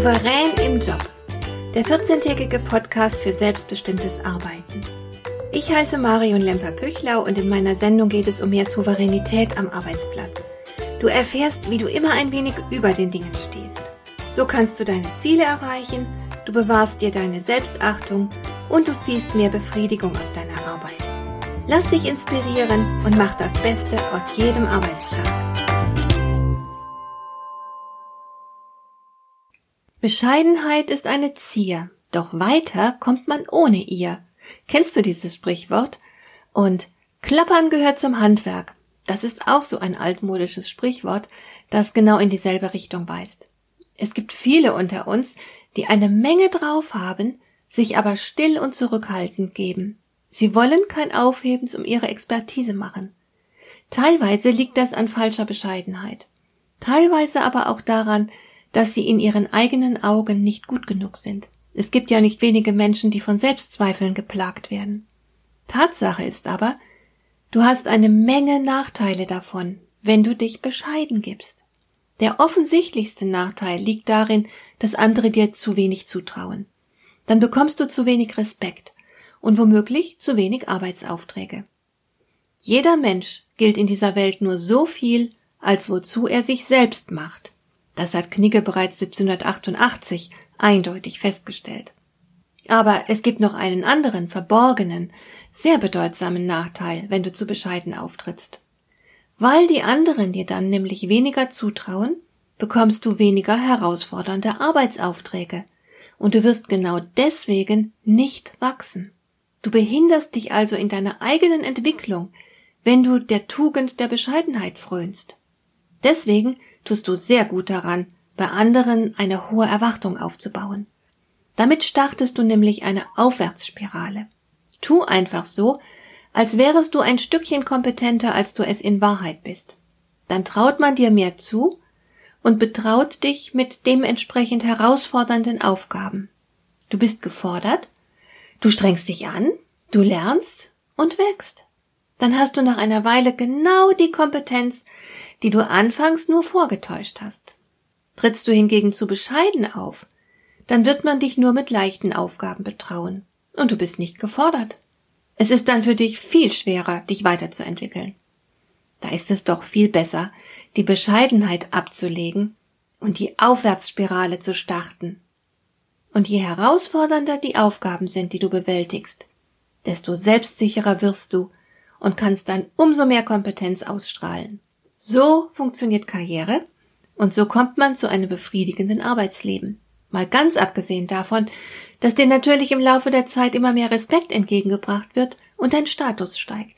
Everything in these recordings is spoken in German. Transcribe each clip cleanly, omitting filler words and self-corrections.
Souverän im Job. Der 14-tägige Podcast für selbstbestimmtes Arbeiten. Ich heiße Marion Lemper-Püchlau und in meiner Sendung geht es um mehr Souveränität am Arbeitsplatz. Du erfährst, wie du immer ein wenig über den Dingen stehst. So kannst du deine Ziele erreichen, du bewahrst dir deine Selbstachtung und du ziehst mehr Befriedigung aus deiner Arbeit. Lass dich inspirieren und mach das Beste aus jedem Arbeitstag. Bescheidenheit ist eine Zier, doch weiter kommt man ohne ihr. Kennst du dieses Sprichwort? Und Klappern gehört zum Handwerk. Das ist auch so ein altmodisches Sprichwort, das genau in dieselbe Richtung weist. Es gibt viele unter uns, die eine Menge drauf haben, sich aber still und zurückhaltend geben. Sie wollen kein Aufhebens um ihre Expertise machen. Teilweise liegt das an falscher Bescheidenheit. Teilweise aber auch daran, dass sie in ihren eigenen Augen nicht gut genug sind. Es gibt ja nicht wenige Menschen, die von Selbstzweifeln geplagt werden. Tatsache ist aber, du hast eine Menge Nachteile davon, wenn du dich bescheiden gibst. Der offensichtlichste Nachteil liegt darin, dass andere dir zu wenig zutrauen. Dann bekommst du zu wenig Respekt und womöglich zu wenig Arbeitsaufträge. Jeder Mensch gilt in dieser Welt nur so viel, als wozu er sich selbst macht. Das hat Knigge bereits 1788 eindeutig festgestellt. Aber es gibt noch einen anderen, verborgenen, sehr bedeutsamen Nachteil, wenn du zu bescheiden auftrittst. Weil die anderen dir dann nämlich weniger zutrauen, bekommst du weniger herausfordernde Arbeitsaufträge. Und du wirst genau deswegen nicht wachsen. Du behinderst dich also in deiner eigenen Entwicklung, wenn du der Tugend der Bescheidenheit frönst. Deswegen tust du sehr gut daran, bei anderen eine hohe Erwartung aufzubauen. Damit startest du nämlich eine Aufwärtsspirale. Tu einfach so, als wärest du ein Stückchen kompetenter, als du es in Wahrheit bist. Dann traut man dir mehr zu und betraut dich mit dementsprechend herausfordernden Aufgaben. Du bist gefordert, du strengst dich an, du lernst und wächst. Dann hast du nach einer Weile genau die Kompetenz, die du anfangs nur vorgetäuscht hast. Trittst du hingegen zu bescheiden auf, dann wird man dich nur mit leichten Aufgaben betrauen und du bist nicht gefordert. Es ist dann für dich viel schwerer, dich weiterzuentwickeln. Da ist es doch viel besser, die Bescheidenheit abzulegen und die Aufwärtsspirale zu starten. Und je herausfordernder die Aufgaben sind, die du bewältigst, desto selbstsicherer wirst du und kannst dann umso mehr Kompetenz ausstrahlen. So funktioniert Karriere und so kommt man zu einem befriedigenden Arbeitsleben. Mal ganz abgesehen davon, dass dir natürlich im Laufe der Zeit immer mehr Respekt entgegengebracht wird und dein Status steigt.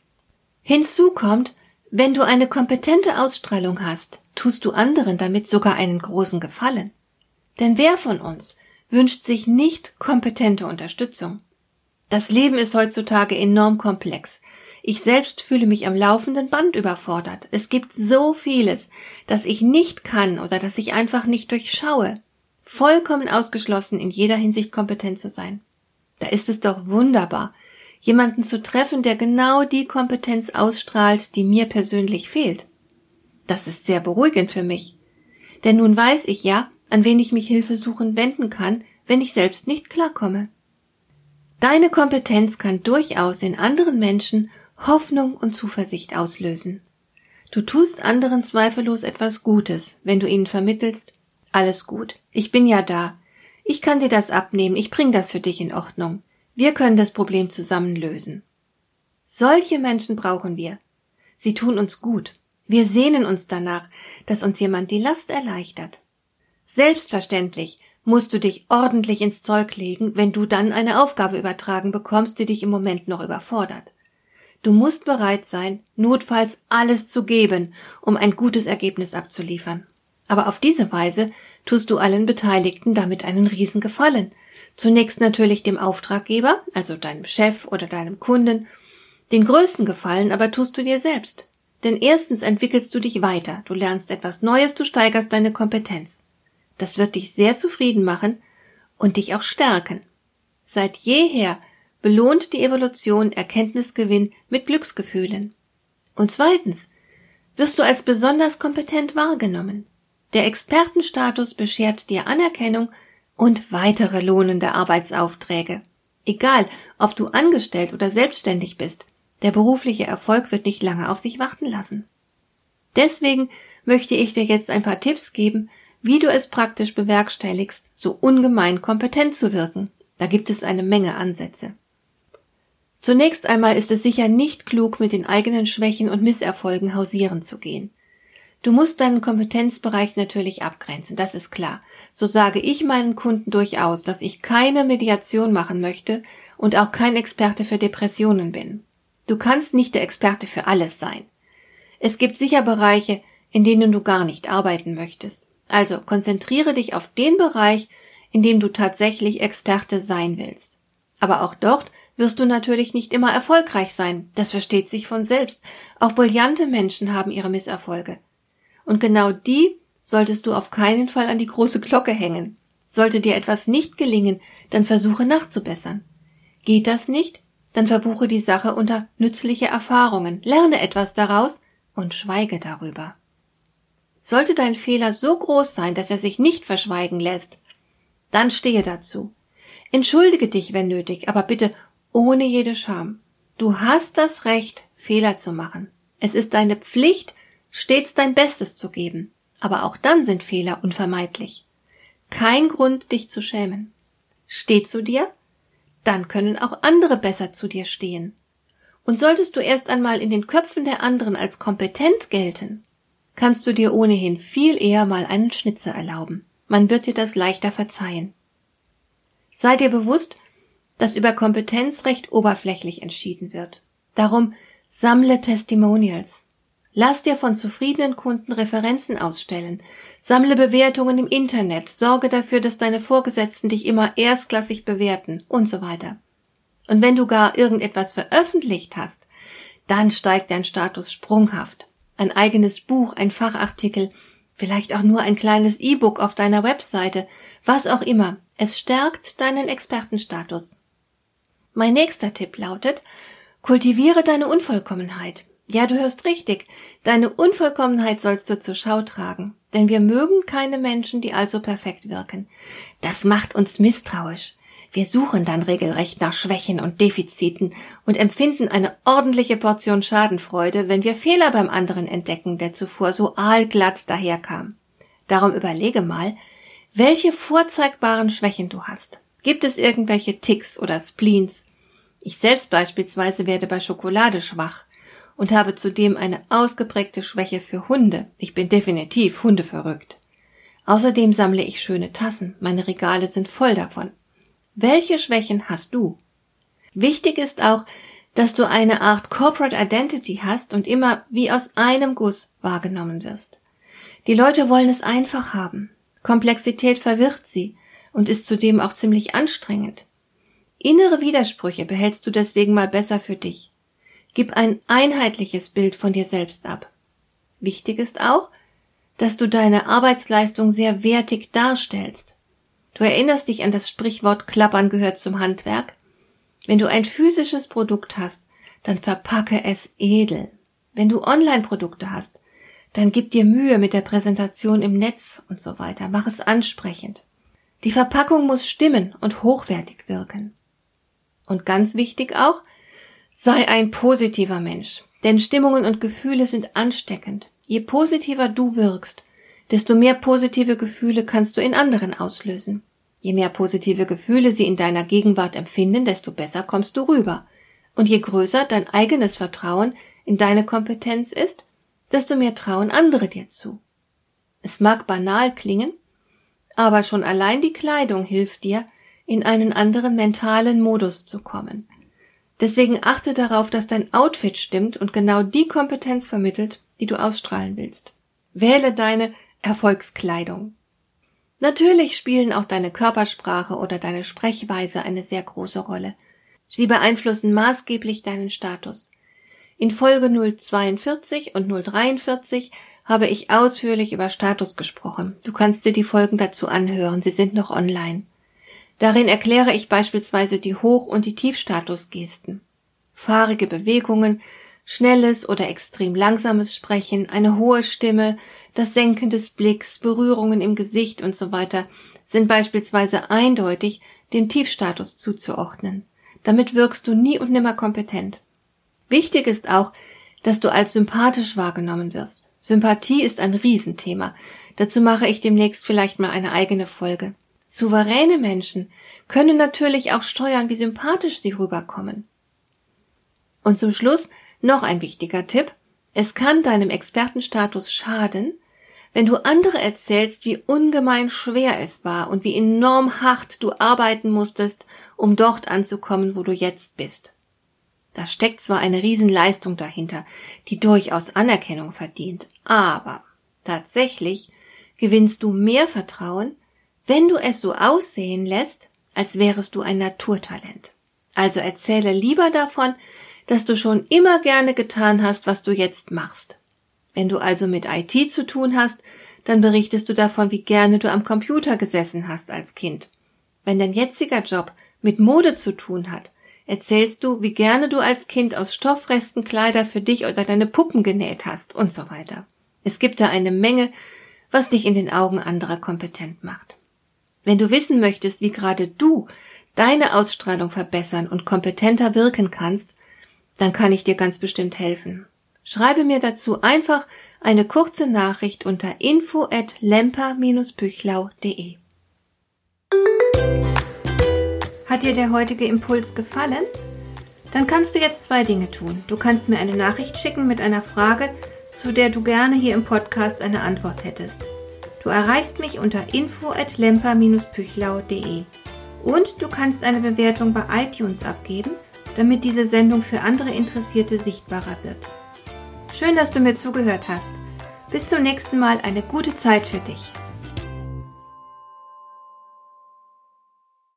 Hinzu kommt, wenn du eine kompetente Ausstrahlung hast, tust du anderen damit sogar einen großen Gefallen. Denn wer von uns wünscht sich nicht kompetente Unterstützung? Das Leben ist heutzutage enorm komplex. Ich selbst fühle mich am laufenden Band überfordert. Es gibt so vieles, das ich nicht kann oder das ich einfach nicht durchschaue. Vollkommen ausgeschlossen, in jeder Hinsicht kompetent zu sein. Da ist es doch wunderbar, jemanden zu treffen, der genau die Kompetenz ausstrahlt, die mir persönlich fehlt. Das ist sehr beruhigend für mich. Denn nun weiß ich ja, an wen ich mich hilfesuchend wenden kann, wenn ich selbst nicht klarkomme. Deine Kompetenz kann durchaus in anderen Menschen Hoffnung und Zuversicht auslösen. Du tust anderen zweifellos etwas Gutes, wenn du ihnen vermittelst, alles gut, ich bin ja da, ich kann dir das abnehmen, ich bring das für dich in Ordnung, wir können das Problem zusammen lösen. Solche Menschen brauchen wir. Sie tun uns gut. Wir sehnen uns danach, dass uns jemand die Last erleichtert. Selbstverständlich musst du dich ordentlich ins Zeug legen, wenn du dann eine Aufgabe übertragen bekommst, die dich im Moment noch überfordert. Du musst bereit sein, notfalls alles zu geben, um ein gutes Ergebnis abzuliefern. Aber auf diese Weise tust du allen Beteiligten damit einen Riesengefallen. Zunächst natürlich dem Auftraggeber, also deinem Chef oder deinem Kunden. Den größten Gefallen aber tust du dir selbst. Denn erstens entwickelst du dich weiter, du lernst etwas Neues, du steigerst deine Kompetenz. Das wird dich sehr zufrieden machen und dich auch stärken. Seit jeher belohnt die Evolution Erkenntnisgewinn mit Glücksgefühlen. Und zweitens wirst du als besonders kompetent wahrgenommen. Der Expertenstatus beschert dir Anerkennung und weitere lohnende Arbeitsaufträge. Egal, ob du angestellt oder selbstständig bist, der berufliche Erfolg wird nicht lange auf sich warten lassen. Deswegen möchte ich dir jetzt ein paar Tipps geben, wie du es praktisch bewerkstelligst, so ungemein kompetent zu wirken. Da gibt es eine Menge Ansätze. Zunächst einmal ist es sicher nicht klug, mit den eigenen Schwächen und Misserfolgen hausieren zu gehen. Du musst deinen Kompetenzbereich natürlich abgrenzen, das ist klar. So sage ich meinen Kunden durchaus, dass ich keine Mediation machen möchte und auch kein Experte für Depressionen bin. Du kannst nicht der Experte für alles sein. Es gibt sicher Bereiche, in denen du gar nicht arbeiten möchtest. Also konzentriere dich auf den Bereich, in dem du tatsächlich Experte sein willst. Aber auch dort wirst du natürlich nicht immer erfolgreich sein. Das versteht sich von selbst. Auch brillante Menschen haben ihre Misserfolge. Und genau die solltest du auf keinen Fall an die große Glocke hängen. Sollte dir etwas nicht gelingen, dann versuche nachzubessern. Geht das nicht? Dann verbuche die Sache unter nützliche Erfahrungen, lerne etwas daraus und schweige darüber. Sollte dein Fehler so groß sein, dass er sich nicht verschweigen lässt, dann stehe dazu. Entschuldige dich, wenn nötig, aber bitte ohne jede Scham. Du hast das Recht, Fehler zu machen. Es ist deine Pflicht, stets dein Bestes zu geben. Aber auch dann sind Fehler unvermeidlich. Kein Grund, dich zu schämen. Steh zu dir, dann können auch andere besser zu dir stehen. Und solltest du erst einmal in den Köpfen der anderen als kompetent gelten, kannst du dir ohnehin viel eher mal einen Schnitzer erlauben. Man wird dir das leichter verzeihen. Sei dir bewusst, dass über Kompetenz recht oberflächlich entschieden wird. Darum sammle Testimonials. Lass dir von zufriedenen Kunden Referenzen ausstellen. Sammle Bewertungen im Internet. Sorge dafür, dass deine Vorgesetzten dich immer erstklassig bewerten und so weiter. Und wenn du gar irgendetwas veröffentlicht hast, dann steigt dein Status sprunghaft. Ein eigenes Buch, ein Fachartikel, vielleicht auch nur ein kleines E-Book auf deiner Webseite, was auch immer. Es stärkt deinen Expertenstatus. Mein nächster Tipp lautet, kultiviere deine Unvollkommenheit. Ja, du hörst richtig. Deine Unvollkommenheit sollst du zur Schau tragen. Denn wir mögen keine Menschen, die allzu perfekt wirken. Das macht uns misstrauisch. Wir suchen dann regelrecht nach Schwächen und Defiziten und empfinden eine ordentliche Portion Schadenfreude, wenn wir Fehler beim anderen entdecken, der zuvor so aalglatt daherkam. Darum überlege mal, welche vorzeigbaren Schwächen du hast. Gibt es irgendwelche Ticks oder Spleens? Ich selbst beispielsweise werde bei Schokolade schwach und habe zudem eine ausgeprägte Schwäche für Hunde. Ich bin definitiv hundeverrückt. Außerdem sammle ich schöne Tassen. Meine Regale sind voll davon. Welche Schwächen hast du? Wichtig ist auch, dass du eine Art Corporate Identity hast und immer wie aus einem Guss wahrgenommen wirst. Die Leute wollen es einfach haben. Komplexität verwirrt sie und ist zudem auch ziemlich anstrengend. Innere Widersprüche behältst du deswegen mal besser für dich. Gib ein einheitliches Bild von dir selbst ab. Wichtig ist auch, dass du deine Arbeitsleistung sehr wertig darstellst. Du erinnerst dich an das Sprichwort Klappern gehört zum Handwerk? Wenn du ein physisches Produkt hast, dann verpacke es edel. Wenn du Online-Produkte hast, dann gib dir Mühe mit der Präsentation im Netz und so weiter. Mach es ansprechend. Die Verpackung muss stimmen und hochwertig wirken. Und ganz wichtig auch, sei ein positiver Mensch. Denn Stimmungen und Gefühle sind ansteckend. Je positiver du wirkst, desto mehr positive Gefühle kannst du in anderen auslösen. Je mehr positive Gefühle sie in deiner Gegenwart empfinden, desto besser kommst du rüber. Und je größer dein eigenes Vertrauen in deine Kompetenz ist, desto mehr trauen andere dir zu. Es mag banal klingen, aber schon allein die Kleidung hilft dir, in einen anderen mentalen Modus zu kommen. Deswegen achte darauf, dass dein Outfit stimmt und genau die Kompetenz vermittelt, die du ausstrahlen willst. Wähle deine Erfolgskleidung. Natürlich spielen auch deine Körpersprache oder deine Sprechweise eine sehr große Rolle. Sie beeinflussen maßgeblich deinen Status. In Folge 042 und 043 habe ich ausführlich über Status gesprochen. Du kannst dir die Folgen dazu anhören, sie sind noch online. Darin erkläre ich beispielsweise die Hoch- und die Tiefstatusgesten. Fahrige Bewegungen, schnelles oder extrem langsames Sprechen, eine hohe Stimme, Das Senken des Blicks, Berührungen im Gesicht und so weiter sind beispielsweise eindeutig dem Tiefstatus zuzuordnen. Damit wirkst du nie und nimmer kompetent. Wichtig ist auch, dass du als sympathisch wahrgenommen wirst. Sympathie ist ein Riesenthema. Dazu mache ich demnächst vielleicht mal eine eigene Folge. Souveräne Menschen können natürlich auch steuern, wie sympathisch sie rüberkommen. Und zum Schluss noch ein wichtiger Tipp. Es kann deinem Expertenstatus schaden, wenn du andere erzählst, wie ungemein schwer es war und wie enorm hart du arbeiten musstest, um dort anzukommen, wo du jetzt bist. Da steckt zwar eine Riesenleistung dahinter, die durchaus Anerkennung verdient, aber tatsächlich gewinnst du mehr Vertrauen, wenn du es so aussehen lässt, als wärest du ein Naturtalent. Also erzähle lieber davon, dass du schon immer gerne getan hast, was du jetzt machst. Wenn du also mit IT zu tun hast, dann berichtest du davon, wie gerne du am Computer gesessen hast als Kind. Wenn dein jetziger Job mit Mode zu tun hat, erzählst du, wie gerne du als Kind aus Stoffresten Kleider für dich oder deine Puppen genäht hast und so weiter. Es gibt da eine Menge, was dich in den Augen anderer kompetent macht. Wenn du wissen möchtest, wie gerade du deine Ausstrahlung verbessern und kompetenter wirken kannst, dann kann ich dir ganz bestimmt helfen. Schreibe mir dazu einfach eine kurze Nachricht unter info@lemper-büchlau.de. Hat dir der heutige Impuls gefallen? Dann kannst du jetzt 2 Dinge tun. Du kannst mir eine Nachricht schicken mit einer Frage, zu der du gerne hier im Podcast eine Antwort hättest. Du erreichst mich unter info@lemper-büchlau.de. Und du kannst eine Bewertung bei iTunes abgeben, damit diese Sendung für andere Interessierte sichtbarer wird. Schön, dass du mir zugehört hast. Bis zum nächsten Mal, eine gute Zeit für dich.